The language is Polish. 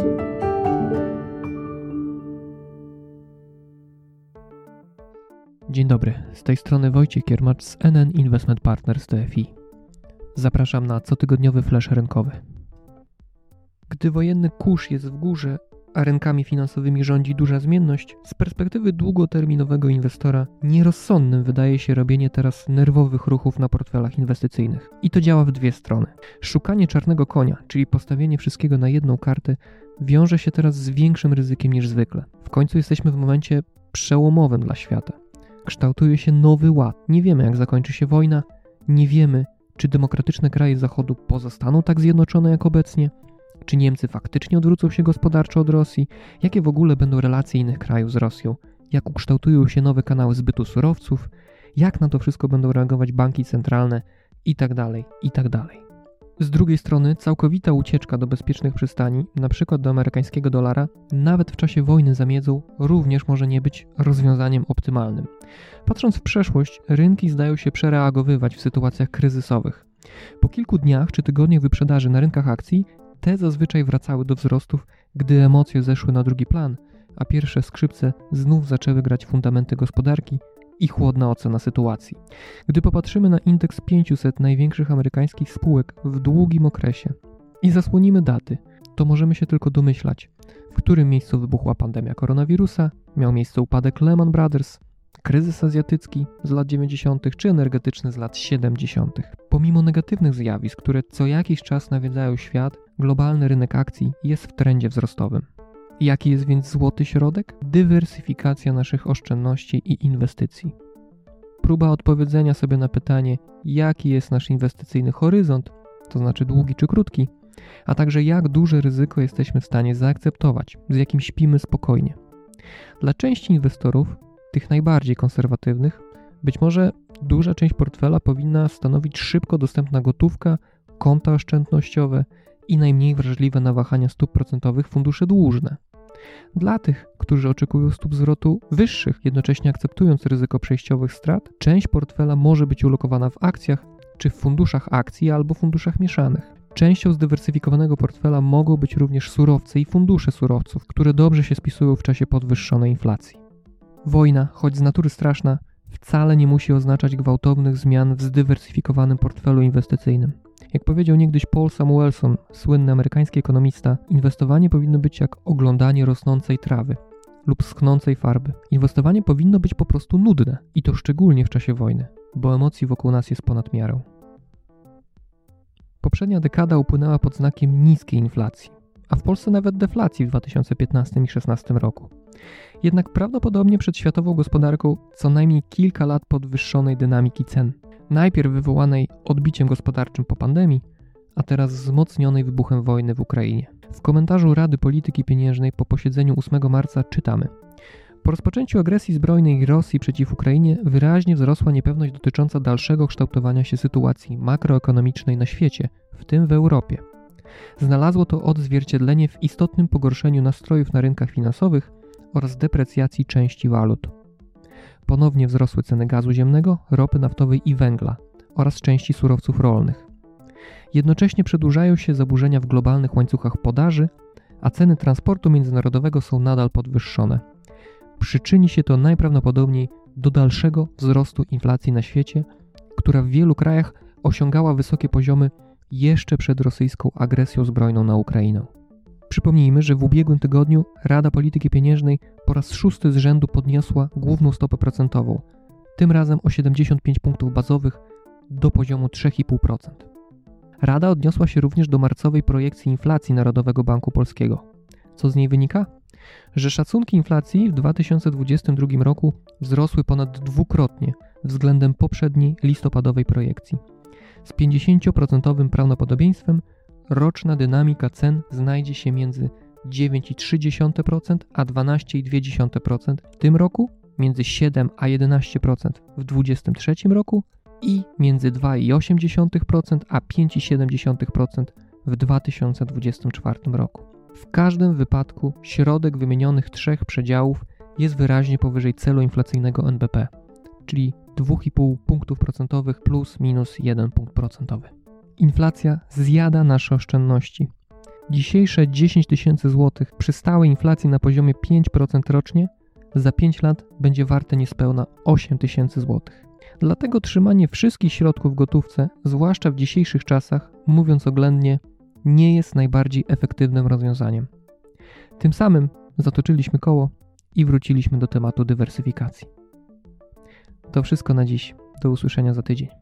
Dzień dobry, z tej strony Wojciech Kiermacz z NN Investment Partners TFI. Zapraszam na cotygodniowy flash rynkowy. Gdy wojenny kurz jest w górze, a rynkami finansowymi rządzi duża zmienność, z perspektywy długoterminowego inwestora nierozsądnym wydaje się robienie teraz nerwowych ruchów na portfelach inwestycyjnych. I to działa w dwie strony. Szukanie czarnego konia, czyli postawienie wszystkiego na jedną kartę, wiąże się teraz z większym ryzykiem niż zwykle. W końcu jesteśmy w momencie przełomowym dla świata. Kształtuje się nowy ład. Nie wiemy, jak zakończy się wojna, nie wiemy, czy demokratyczne kraje Zachodu pozostaną tak zjednoczone jak obecnie, czy Niemcy faktycznie odwrócą się gospodarczo od Rosji, jakie w ogóle będą relacje innych krajów z Rosją, jak ukształtują się nowe kanały zbytu surowców, jak na to wszystko będą reagować banki centralne itd., itd. Z drugiej strony całkowita ucieczka do bezpiecznych przystani, np. do amerykańskiego dolara, nawet w czasie wojny za miedzą, również może nie być rozwiązaniem optymalnym. Patrząc w przeszłość, rynki zdają się przereagowywać w sytuacjach kryzysowych. Po kilku dniach czy tygodniach wyprzedaży na rynkach akcji, te zazwyczaj wracały do wzrostów, gdy emocje zeszły na drugi plan, a pierwsze skrzypce znów zaczęły grać fundamenty gospodarki i chłodna ocena sytuacji. Gdy popatrzymy na indeks 500 największych amerykańskich spółek w długim okresie i zasłonimy daty, to możemy się tylko domyślać, w którym miejscu wybuchła pandemia koronawirusa, miał miejsce upadek Lehman Brothers, kryzys azjatycki z lat 90. czy energetyczny z lat 70. Pomimo negatywnych zjawisk, które co jakiś czas nawiedzają świat, globalny rynek akcji jest w trendzie wzrostowym. Jaki jest więc złoty środek? Dywersyfikacja naszych oszczędności i inwestycji. Próba odpowiedzenia sobie na pytanie, jaki jest nasz inwestycyjny horyzont, to znaczy długi czy krótki, a także jak duże ryzyko jesteśmy w stanie zaakceptować, z jakim śpimy spokojnie. Dla części inwestorów, tych najbardziej konserwatywnych, być może duża część portfela powinna stanowić szybko dostępna gotówka, konta oszczędnościowe i najmniej wrażliwe na wahania stóp procentowych fundusze dłużne. Dla tych, którzy oczekują stóp zwrotu wyższych, jednocześnie akceptując ryzyko przejściowych strat, część portfela może być ulokowana w akcjach czy w funduszach akcji albo funduszach mieszanych. Częścią zdywersyfikowanego portfela mogą być również surowce i fundusze surowców, które dobrze się spisują w czasie podwyższonej inflacji. Wojna, choć z natury straszna, wcale nie musi oznaczać gwałtownych zmian w zdywersyfikowanym portfelu inwestycyjnym. Jak powiedział niegdyś Paul Samuelson, słynny amerykański ekonomista, inwestowanie powinno być jak oglądanie rosnącej trawy lub schnącej farby. Inwestowanie powinno być po prostu nudne i to szczególnie w czasie wojny, bo emocji wokół nas jest ponad miarą. Poprzednia dekada upłynęła pod znakiem niskiej inflacji, a w Polsce nawet deflacji w 2015 i 2016 roku. Jednak prawdopodobnie przed światową gospodarką co najmniej kilka lat podwyższonej dynamiki cen. Najpierw wywołanej odbiciem gospodarczym po pandemii, a teraz wzmocnionej wybuchem wojny w Ukrainie. W komentarzu Rady Polityki Pieniężnej po posiedzeniu 8 marca czytamy: po rozpoczęciu agresji zbrojnej Rosji przeciw Ukrainie wyraźnie wzrosła niepewność dotycząca dalszego kształtowania się sytuacji makroekonomicznej na świecie, w tym w Europie. Znalazło to odzwierciedlenie w istotnym pogorszeniu nastrojów na rynkach finansowych oraz deprecjacji części walut. Ponownie wzrosły ceny gazu ziemnego, ropy naftowej i węgla oraz części surowców rolnych. Jednocześnie przedłużają się zaburzenia w globalnych łańcuchach podaży, a ceny transportu międzynarodowego są nadal podwyższone. Przyczyni się to najprawdopodobniej do dalszego wzrostu inflacji na świecie, która w wielu krajach osiągała wysokie poziomy jeszcze przed rosyjską agresją zbrojną na Ukrainę. Przypomnijmy, że w ubiegłym tygodniu Rada Polityki Pieniężnej po raz 6. z rzędu podniosła główną stopę procentową, tym razem o 75 punktów bazowych do poziomu 3,5%. Rada odniosła się również do marcowej projekcji inflacji Narodowego Banku Polskiego. Co z niej wynika? Że szacunki inflacji w 2022 roku wzrosły ponad dwukrotnie względem poprzedniej listopadowej projekcji. Z 50% prawdopodobieństwem roczna dynamika cen znajdzie się między 9,3% a 12,2% w tym roku, między 7 a 11% w 2023 roku i między 2,8% a 5,7% w 2024 roku. W każdym wypadku środek wymienionych trzech przedziałów jest wyraźnie powyżej celu inflacyjnego NBP, czyli 2,5 punktów procentowych plus minus 1 punkt procentowy. Inflacja zjada nasze oszczędności. Dzisiejsze 10 tysięcy złotych przy stałej inflacji na poziomie 5% rocznie za 5 lat będzie warte niespełna 8 tysięcy złotych. Dlatego trzymanie wszystkich środków w gotówce, zwłaszcza w dzisiejszych czasach, mówiąc oględnie, nie jest najbardziej efektywnym rozwiązaniem. Tym samym zatoczyliśmy koło i wróciliśmy do tematu dywersyfikacji. To wszystko na dziś. Do usłyszenia za tydzień.